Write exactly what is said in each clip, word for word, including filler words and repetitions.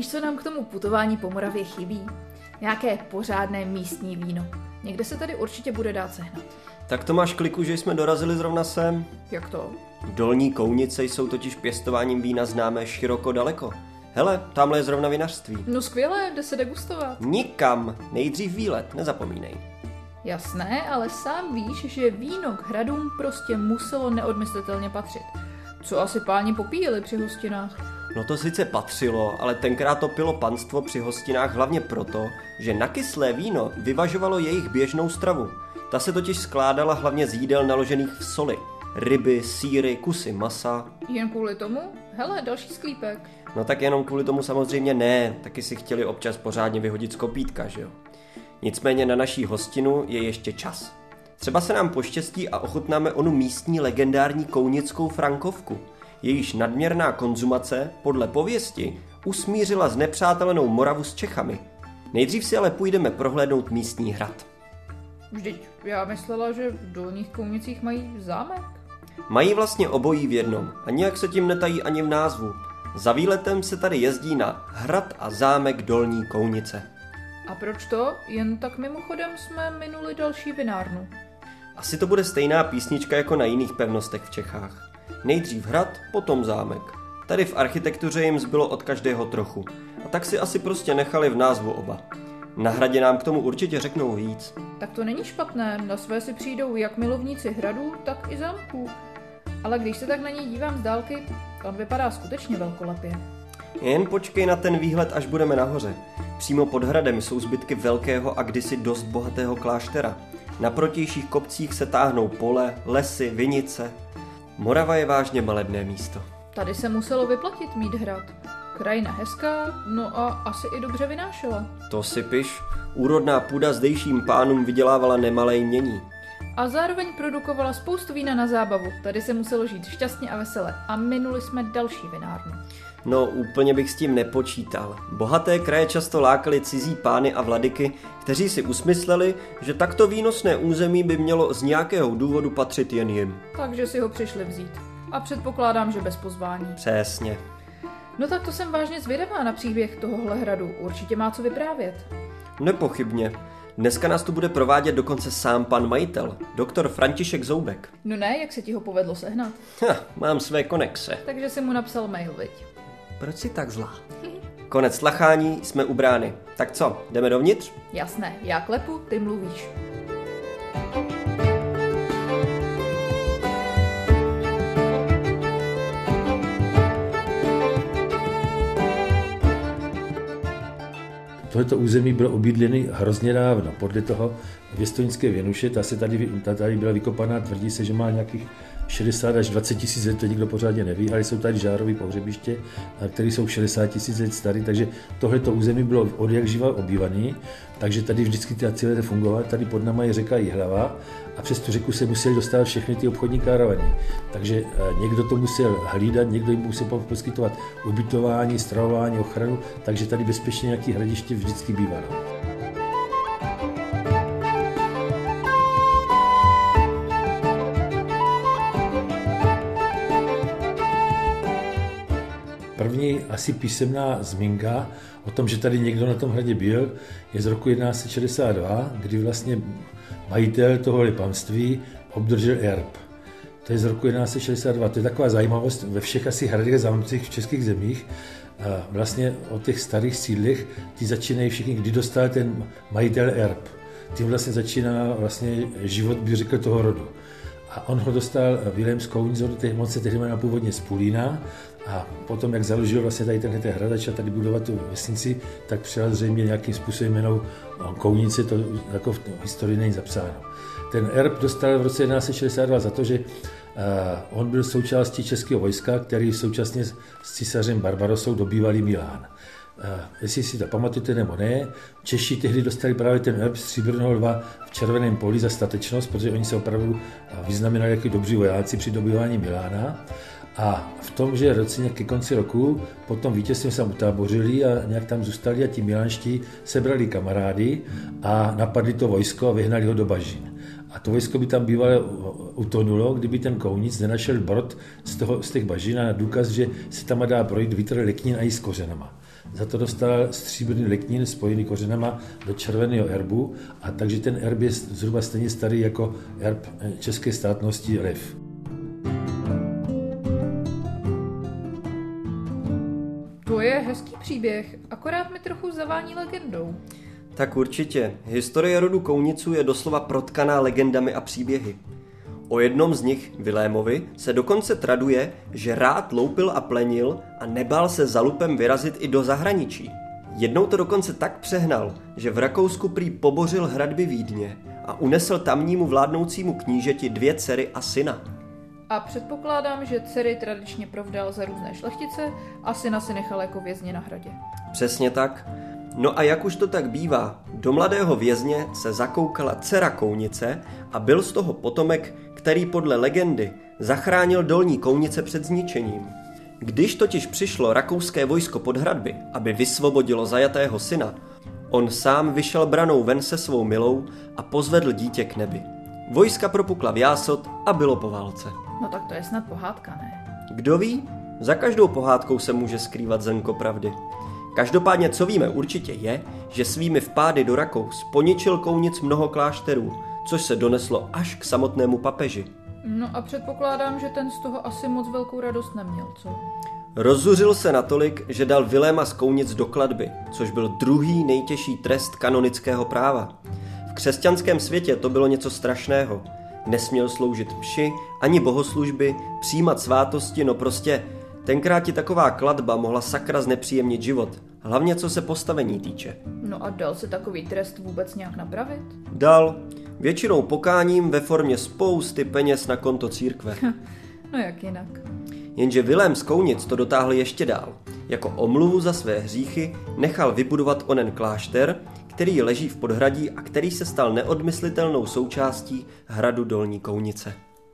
Víš, co nám k tomu putování po Moravě chybí? Nějaké pořádné místní víno. Někde se tady určitě bude dát sehnat. Tak to máš kliku, že jsme dorazili zrovna sem? Jak to? Dolní Kounice jsou totiž pěstováním vína známé široko daleko. Hele, tamhle je zrovna vinařství. No skvělé, jde se degustovat. Nikam, nejdřív výlet, nezapomínej. Jasné, ale sám víš, že víno k hradům prostě muselo neodmyslitelně patřit. Co asi páni popíjeli při hostinách? No to sice patřilo, ale tenkrát to pilo panstvo při hostinách hlavně proto, že na kyslé víno vyvažovalo jejich běžnou stravu. Ta se totiž skládala hlavně z jídel naložených v soli. Ryby, sýry, kusy masa. Jen kvůli tomu? Hele, další sklípek. No tak jenom kvůli tomu samozřejmě ne, taky si chtěli občas pořádně vyhodit z kopítka, že jo? Nicméně na naší hostinu je ještě čas. Třeba se nám poštěstí a ochutnáme onu místní legendární kounickou frankovku. Jejíž nadměrná konzumace, podle pověsti, usmířila znepřátelenou Moravu s Čechami. Nejdřív si ale půjdeme prohlédnout místní hrad. Vždyť já myslela, že v Dolních Kounicích mají zámek. Mají vlastně obojí v jednom a nijak se tím netají ani v názvu. Za výletem se tady jezdí na hrad a zámek Dolní Kounice. A proč to? Jen tak mimochodem jsme minuli další vinárnu. Asi to bude stejná písnička jako na jiných pevnostech v Čechách. Nejdřív hrad, potom zámek. Tady v architektuře jim zbylo od každého trochu. A tak si asi prostě nechali v názvu oba. Na hradě nám k tomu určitě řeknou víc. Tak to není špatné, na své si přijdou jak milovníci hradů, tak i zámků. Ale když se tak na něj dívám z dálky, on vypadá skutečně velkolepě. Jen počkej na ten výhled, až budeme nahoře. Přímo pod hradem jsou zbytky velkého a kdysi dost bohatého kláštera. Na protějších kopcích se táhnou pole, lesy, vinice. Morava je vážně malebné místo. Tady se muselo vyplatit mít hrad. Krajina hezká, no a asi i dobře vynášela. To si piš, úrodná půda zdejším pánům vydělávala nemalé jmění. A zároveň produkovala spoustu vína na zábavu. Tady se muselo žít šťastně a vesele. A minuli jsme další vinárnu. No, úplně bych s tím nepočítal. Bohaté kraje často lákaly cizí pány a vladyky, kteří si usmysleli, že takto výnosné území by mělo z nějakého důvodu patřit jen jim. Takže si ho přišli vzít. A předpokládám, že bez pozvání. Přesně. No tak to jsem vážně zvědavá na příběh tohohle hradu. Určitě má co vyprávět. Nepochybně. Dneska nás tu bude provádět dokonce sám pan majitel, doktor František Zoubek. No ne, jak se ti ho povedlo sehnat? Ha, mám své konexe. Takže si mu napsal mail, viď? Proč jsi tak zlá? Konec tlachání, jsme u brány. Tak co, jdeme dovnitř? Jasné, já klepu, ty mluvíš. Tohleto území bylo obydlené hrozně dávno. Podle toho Věstoňské Věnuše, ta se tady, ta tady byla vykopaná, tvrdí se, že má nějakých šedesát až dvacet tisíc let, to nikdo pořádně neví, ale jsou tady žárový pohřebiště, které jsou šedesát tisíc let staré, takže tohleto území bylo od jak živa obývané, takže tady vždycky ty akcie fungovaly. Tady pod náma je řeka Jihlava a přes tu řeku se museli dostat všechny ty obchodní karavany. Takže někdo to musel hlídat, někdo jim musel poskytovat ubytování, stravování, ochranu, takže tady bezpečně nějaké hradiště vždycky bývalo. První asi písemná zmínka o tom, že tady někdo na tom hradě byl, je z roku jedenáct set šedesát dva, kdy vlastně majitel tohohle panství obdržel erb. To je z roku jedenáct set šedesát dva. To je taková zajímavost ve všech asi hradech a zámcích v českých zemích. A vlastně o těch starých sídlech ty začínají všichni, kdy dostal ten majitel erb. Tím vlastně začíná vlastně život, bych řekl, toho rodu. A on ho dostal Vilém z Kounic, on se tehdy jmenoval původně z Pulína, a potom, jak založil vlastně tady tenhle hrad, začal tady budovat tu vesnici, tak přijal zřejmě nějakým způsobem jmenou Kounice, to jako v historii není zapsáno. Ten erb dostal v roce jedenáct set šedesát dva za to, že uh, on byl součástí českého vojska, který současně s císařem Barbarosou dobývali Milán. Uh, jestli si to pamatujete nebo ne, Češi tehdy dostali právě ten erb stříbrného lva v červeném poli za statečnost, protože oni se opravdu vyznamenali jako dobří vojáci při dobývání Milána. A v tom, že roce ke konci roku potom vítězství se utábořili a nějak tam zůstali a ti milánští sebrali kamarády a napadli to vojsko a vyhnali ho do bažin. A to vojsko by tam bývalo utonulo, kdyby ten Kounic nenašel brod z, toho, z těch bažin a důkaz, že se tam dá projít vítr leknin a i s kořenama. za to dostal stříbrný leknín spojený kořenama do červeného erbu, a takže ten erb je zhruba stejně starý jako erb české státnosti lev. To je hezký příběh, akorát mi trochu zavání legendou. Tak určitě. Historie rodu Kouniců je doslova protkaná legendami a příběhy. O jednom z nich, Vilémovi, se dokonce traduje, že rád loupil a plenil a nebál se za lupem vyrazit i do zahraničí. Jednou to dokonce tak přehnal, že v Rakousku prý pobořil hradby Vídně a unesl tamnímu vládnoucímu knížeti dvě dcery a syna. A předpokládám, že dcery tradičně provdal za různé šlechtice a syna si nechal jako vězně na hradě. Přesně tak. No a jak už to tak bývá, do mladého vězně se zakoukala dcera Kounice a byl z toho potomek, který podle legendy zachránil Dolní Kounice před zničením. Když totiž přišlo rakouské vojsko pod hradby, aby vysvobodilo zajatého syna, on sám vyšel branou ven se svou milou a pozvedl dítě k nebi. Vojska propukla v jásot a bylo po válce. No tak to je snad pohádka, ne? Kdo ví? Za každou pohádkou se může skrývat zrnko pravdy. Každopádně, co víme určitě je, že svými vpády do Rakous poničil Kounic mnoho klášterů, což se doneslo až k samotnému papeži. No a předpokládám, že ten z toho asi moc velkou radost neměl, co? Rozzuřil se natolik, že dal Viléma z Kounic do klatby, což byl druhý nejtěžší trest kanonického práva. V křesťanském světě to bylo něco strašného. Nesměl sloužit mši, ani bohoslužby, přijímat svátosti, no prostě tenkrát ti taková klatba mohla sakra znepříjemnit život, hlavně co se postavení týče. No a dal se takový trest vůbec nějak napravit? Dal. Většinou pokáním ve formě spousty peněz na konto církve. No jak jinak. Jenže Vilém z Kounic to dotáhl ještě dál. Jako omluvu za své hříchy nechal vybudovat onen klášter, který leží v podhradí a který se stal neodmyslitelnou součástí hradu Dolní Kounice.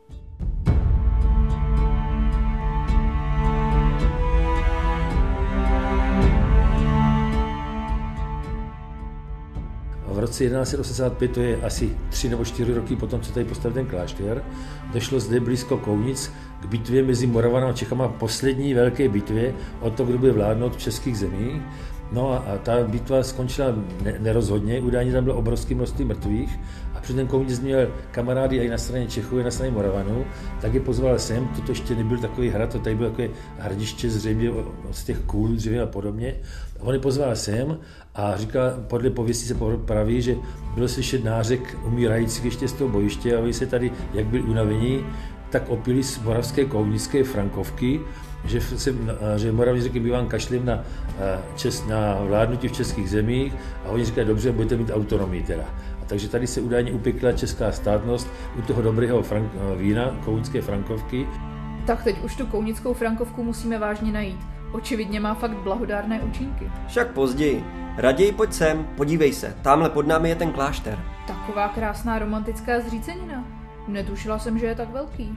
V roce jedenáct set osmdesát pět, to je asi tři nebo čtyři roky potom, co tady postavil ten klášter, došlo zde blízko Kounic k bitvě mezi Moravany a Čechama, poslední velké bitvě o to, kdo bude vládnout v českých zemích. No a ta bitva skončila nerozhodně, údajně tam bylo obrovské množství mrtvých a při ten Kounic měl kamarády i na straně Čechů, i na straně Moravanů, tak je pozval sem, toto ještě nebyl takový hrad, to tady bylo takové hradiště zřejmě z těch kůl dřevin a podobně. On je pozval sem a říká, podle pověsti se praví, že bylo slyšet nářek umírajících ještě z toho bojiště a oni se tady, jak byli unavení, tak opili z moravské kounické frankovky, že, se, že Moravní řekli, my vám kašlím na, čes, na vládnutí v českých zemích a oni říkají, dobře, budete mít autonomii teda. A takže tady se údajně upekla česká státnost u toho dobrého frank, vína, kounické frankovky. Tak teď už tu kounickou frankovku musíme vážně najít. Očividně má fakt blahodárné účinky. Však později. Raději pojď sem, podívej se, tamhle pod námi je ten klášter. Taková krásná romantická zřícenina. Netušila jsem, že je tak velký.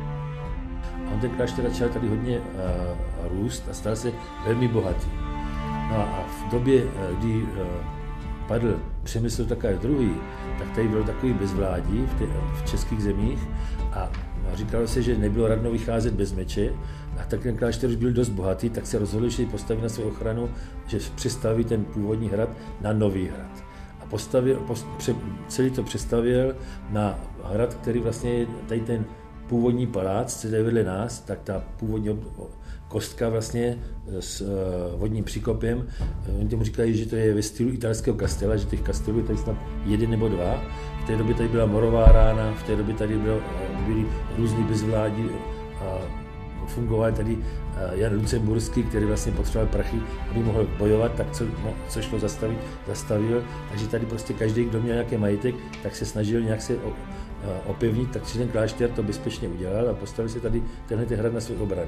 On ten klášter začal tady hodně uh, růst a stal se velmi bohatý. No a v době, kdy uh, padl Přemysl takový druhý, tak tady bylo takový bezvládí v, te, v českých zemích a říkalo se, že nebylo radno vycházet bez meče. A tak ten klášter už byl dost bohatý, tak se rozhodli, že postaví na svou ochranu, že přestaví ten původní hrad na nový hrad. A postavil, post, pře, celý to přestavěl na hrad, který vlastně je tady ten původní palác, co je vedle nás, tak ta původní kostka vlastně s uh, vodním příkopem. Oni tomu říkají, že to je ve stylu italského kastela, že těch kastelů je tady snad jeden nebo dva. V té době tady byla morová rána, v té době tady bylo, byly různý bezvládí a fungoval tady Jan Lucemburský, který vlastně potřeboval prachy, aby mohl bojovat, tak co, no, co šlo zastavit, zastavil. Takže tady prostě každý, kdo měl nějaký majetek, tak se snažil nějak se opevnit, tak si ten klášter to bezpečně udělal a postavil se tady tenhle hrad na svou obranu.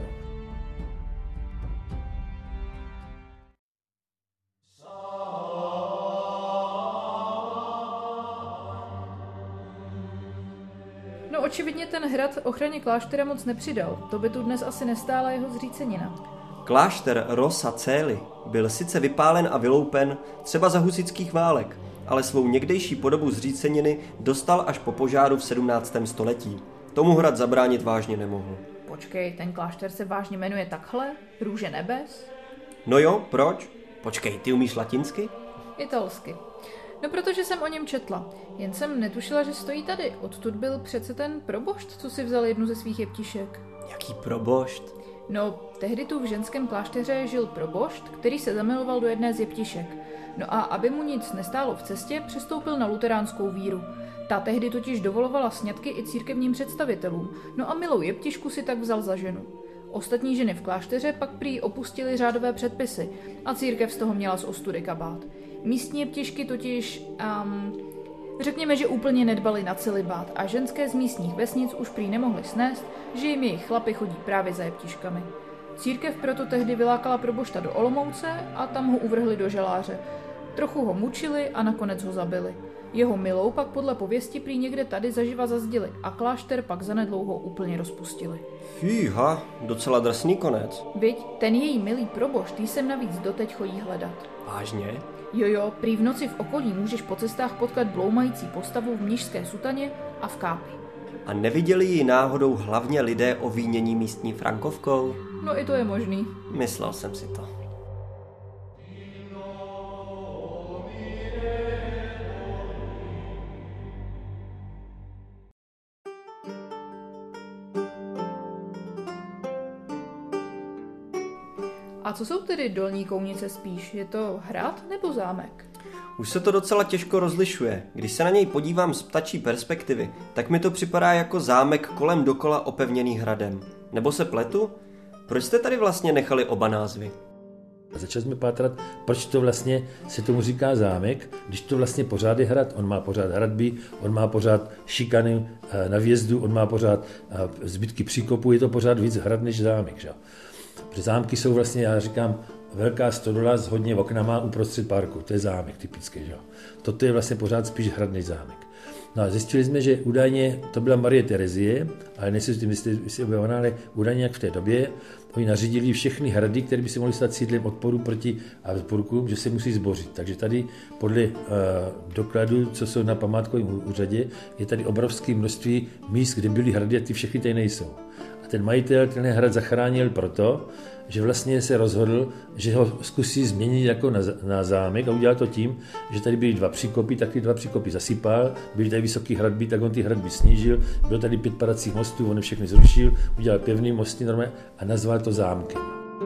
No očividně ten hrad ochraně kláštera moc nepřidal, to by tu dnes asi nestála jeho zřícenina. Klášter Rosa Cély byl sice vypálen a vyloupen třeba za husitských válek, ale svou někdejší podobu zříceniny dostal až po požáru v sedmnáctém století. Tomu hrad zabránit vážně nemohl. Počkej, ten klášter se vážně jmenuje takhle? Růže nebes? No jo, proč? Počkej, ty umíš latinsky? Italsky. No protože jsem o něm četla. Jen jsem netušila, že stojí tady. Odtud byl přece ten probošt, co si vzal jednu ze svých jeptišek. Jaký probošt? No, tehdy tu v ženském klášteře žil probošt, který se zamiloval do jedné z jeptišek. No a aby mu nic nestálo v cestě, přestoupil na luteránskou víru. Ta tehdy totiž dovolovala sňatky i církevním představitelům, no a milou jeptišku si tak vzal za ženu. Ostatní ženy v klášteře pak prý opustily řádové předpisy a církev z toho měla z ostudy kabát. Místní jeptišky totiž, um, řekněme, že úplně nedbali na celibát a ženské z místních vesnic už prý nemohly snést, že jim jejich chlapy chodí právě za jeptiškami. Církev proto tehdy vylákala probošta do Olomouce a tam ho uvrhli do žaláře. Trochu ho mučili a nakonec ho zabili. Jeho milou pak podle pověsti prý někde tady zaživa zazdili a klášter pak zanedlouho úplně rozpustili. Fíha, docela drsný konec. Viď, ten její milý probošt, jí sem navíc doteď chodí hledat. Vážně? Jojo, prý v noci v okolí můžeš po cestách potkat bloumající postavu v mnišské sutaně a v kápi. A neviděli ji náhodou hlavně lidé ovínění místní frankovkou? No i to je možný. Myslel jsem si to. A co jsou tedy Dolní Kounice spíš? Je to hrad nebo zámek? Už se to docela těžko rozlišuje. Když se na něj podívám z ptačí perspektivy, tak mi to připadá jako zámek kolem dokola opevněný hradem. Nebo se pletu? Proč jste tady vlastně nechali oba názvy? A začali jsme pátrat, proč to vlastně se tomu říká zámek, když to vlastně pořád je hrad. On má pořád hradby, on má pořád šikany na vjezdu, on má pořád zbytky příkopu, je to pořád víc hrad než zámek. Že? Protože zámky jsou vlastně, já říkám, velká stodola s hodně oknama uprostřed parku, to je zámek typický. Že? Toto je vlastně pořád spíš hrad než zámek. No a zjistili jsme, že údajně to byla Marie Terezie, ale nejsem s tím jestli objevovaná, ale údajně jak v té době oni nařídili všechny hrady, které by se mohly stát sídlem odporu proti Habsburkům, že se musí zbořit. Takže tady podle uh, dokladů, co jsou na památkovém úřadě, je tady obrovské množství míst, kde byly hrady a ty všechny tady nejsou. A ten majitel ten hrad zachránil proto, že vlastně se rozhodl, že ho zkusí změnit jako na, na zámek a udělal to tím, že tady byly dva příkopy, tak ty dva příkopy zasypal, byly tady vysoký hradby, tak on ty hradby snížil, bylo tady pět padacích mostů, on je všechny zrušil, udělal pevný mosty normálně a nazval to zámkem.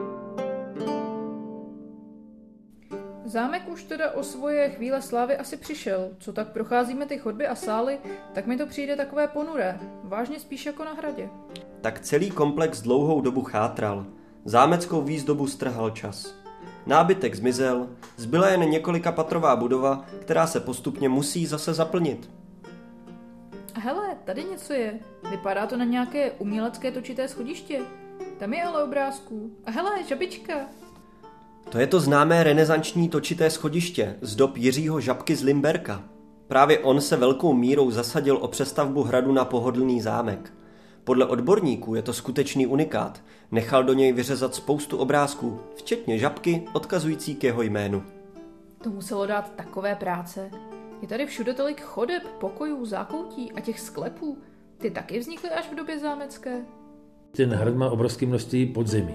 Zámek už teda o svoje chvíle slávy asi přišel. Co tak procházíme ty chodby a sály, tak mi to přijde takové ponuré. Vážně spíš jako na hradě. Tak celý komplex dlouhou dobu chátral. Zámeckou výzdobu strhal čas. Nábytek zmizel, zbyla jen několika patrová budova, která se postupně musí zase zaplnit. Hele, tady něco je. Vypadá to na nějaké umělecké točité schodiště. Tam je ale obrázků. A hele, žabička. To je to známé renesanční točité schodiště z dob Jiřího Žabky z Limberka. Právě on se velkou mírou zasadil o přestavbu hradu na pohodlný zámek. Podle odborníků je to skutečný unikát. Nechal do něj vyřezat spoustu obrázků, včetně žabky odkazující k jeho jménu. To muselo dát takové práce. Je tady všude tolik chodeb, pokojů, zákoutí a těch sklepů. Ty taky vznikly až v době zámecké? Ten hrad má obrovské množství podzemí.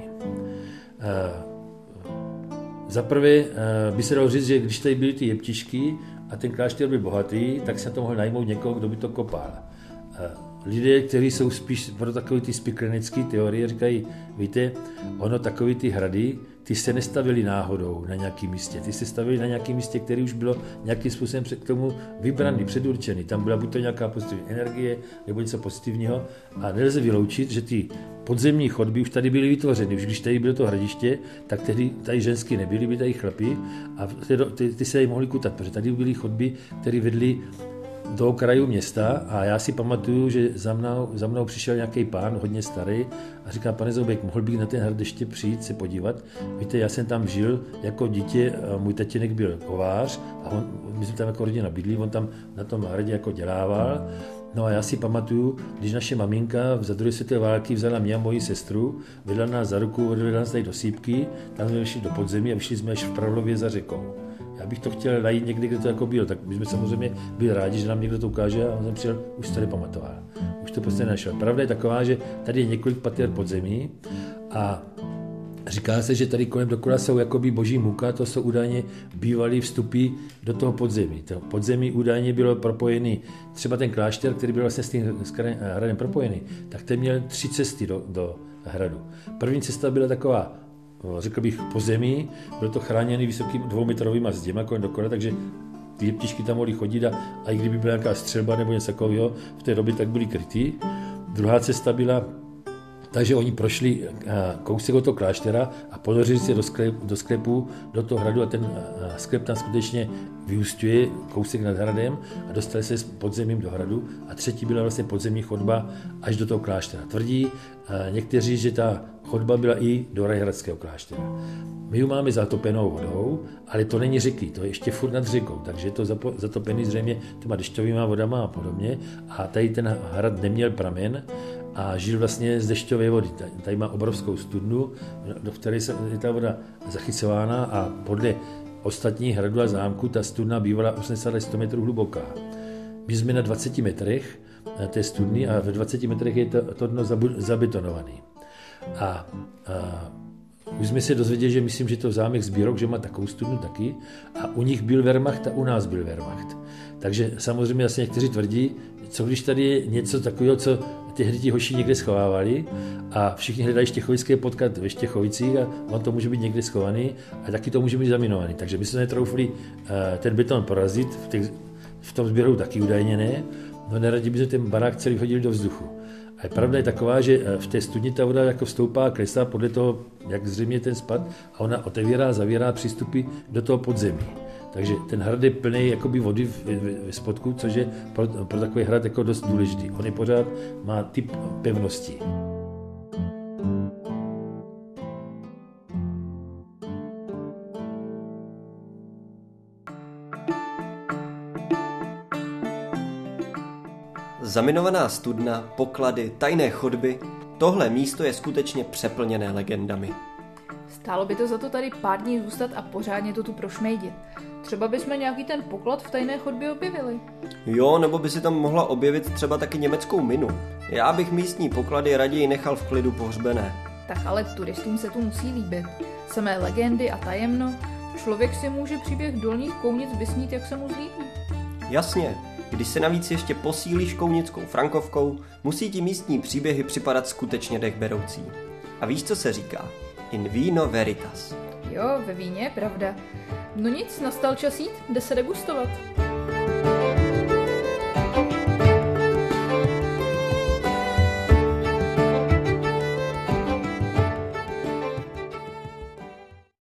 Za prvé by se dalo říct, že když tady byly ty jeptišky a ten klášter byl bohatý, tak se to mohl najmout někoho, kdo by to kopal. Lidé, kteří jsou spíš pro takové ty spikrenické teorie, říkají, víte, ono takové ty hrady, ty se nestavily náhodou na nějakém místě, ty se stavily na nějakém místě, které už bylo nějakým způsobem k tomu vybraný, předurčený. Tam byla buď to nějaká pozitivní energie, nebo něco pozitivního a nelze vyloučit, že ty podzemní chodby už tady byly vytvořeny. Už když tady bylo to hradiště, tak tady, tady ženský nebyly, by tady chlapi a ty, ty, ty se tady mohli kutat, protože tady byly chodby, které vedly do okraju města a já si pamatuju, že za mnou, za mnou přišel nějaký pán, hodně starý a říká, pane Zoubek, mohl bych na ten hrad ještě přijít se podívat? Víte, já jsem tam žil jako dítě, můj tatínek byl kovář a on, my jsme tam jako rodina bydlí, on tam na tom hradě jako dělával. No a já si pamatuju, když naše maminka za druhé světové války vzala mě a moji sestru, vedla nás za ruku, vedla nás tady do Sýpky, tam jsme vyšli do podzemí a vyšli jsme až v Pravlově za řekou. Já bych to chtěl najít někdy, kde to jako bylo, tak my jsme samozřejmě byli rádi, že nám někdo to ukáže a on jsem přijel, už tady pamatoval. Už to prostě našel. Pravda je taková, že tady je několik pater podzemí a Říká se, že tady kolem dokola jsou jakoby boží muka, to jsou údajně bývalý vstupy do toho podzemí. To podzemí údajně bylo propojený, třeba ten klášter, který byl vlastně s tím hradem propojený, tak ten měl tři cesty do, do hradu. První cesta byla taková, řekl bych, pozemí, byl to chráněný vysokým dvoumetrovýma zděma kolem dokola, takže ty jeptišky tam mohly chodit a, a i kdyby byla nějaká střelba nebo něco takového v té době, tak byly krytý. Druhá cesta byla, takže oni prošli kousek od toho kláštera a ponořili se do, sklep, do sklepu, do toho hradu a ten sklep tam skutečně vyúsťuje kousek nad hradem a dostali se s podzemím do hradu. A třetí byla vlastně podzemní chodba až do toho kláštera. Tvrdí někteří, že ta chodba byla i do Rajhradského kláštera. My ji máme zatopenou vodou, ale to není řeky, to je ještě furt nad řekou, takže je to zatopený zřejmě těma dešťovýma vodama a podobně. A tady ten hrad neměl pramen a žil vlastně z dešťové vody. Tady má obrovskou studnu, do které je ta voda zachycována a podle ostatních hradů a zámků ta studna bývala osmdesát až sto metrů hluboká. My jsme na dvaceti metrech té studny a ve dvaceti metrech je to, to dno zabetonované. A, a už jsme se dozvěděli, že myslím, že to zámek Zbírok, že má takovou studnu taky a u nich byl Wehrmacht a u nás byl Wehrmacht. Takže samozřejmě asi někteří tvrdí, co když tady je něco takového, co tehdy ti hoši někde schovávali a všichni hledají štěchovické potkat ve Štěchovicích a on to může být někde schovaný a taky to může být zaminovaný. Takže my jsme netroufli ten beton porazit, v, těch, v tom Zbíroku taky údajně ne, no neradi by se ten barák celý hodili do vzduchu. A pravda je taková, že v té studni ta voda jako vstoupá a klesá podle toho, jak zřejmě ten spad a ona otevírá a zavírá přístupy do toho podzemí. Takže ten hrad je plný jakoby vody ve spodku, což je pro, pro takový hrad jako dost důležitý. On je pořád má typ pevnosti. Zaminovaná studna, poklady, tajné chodby, tohle místo je skutečně přeplněné legendami. Stálo by to za to tady pár dní zůstat a pořádně to tu prošmejdit. Třeba bychom nějaký ten poklad v tajné chodbě objevili. Jo, nebo by si tam mohla objevit třeba taky německou minu. Já bych místní poklady raději nechal v klidu pohřbené. Tak ale turistům se tu musí líbit. Samé legendy a tajemno. Člověk si může příběh Dolních Kounic vysnít, jak se mu zlíbí. Jasně. Když se navíc ještě posílíš kounickou frankovkou, musí ti místní příběhy připadat skutečně dechberoucí. A víš, co se říká? In vino veritas. Jo, ve víně je pravda. No nic, nastal čas jít, jde se degustovat.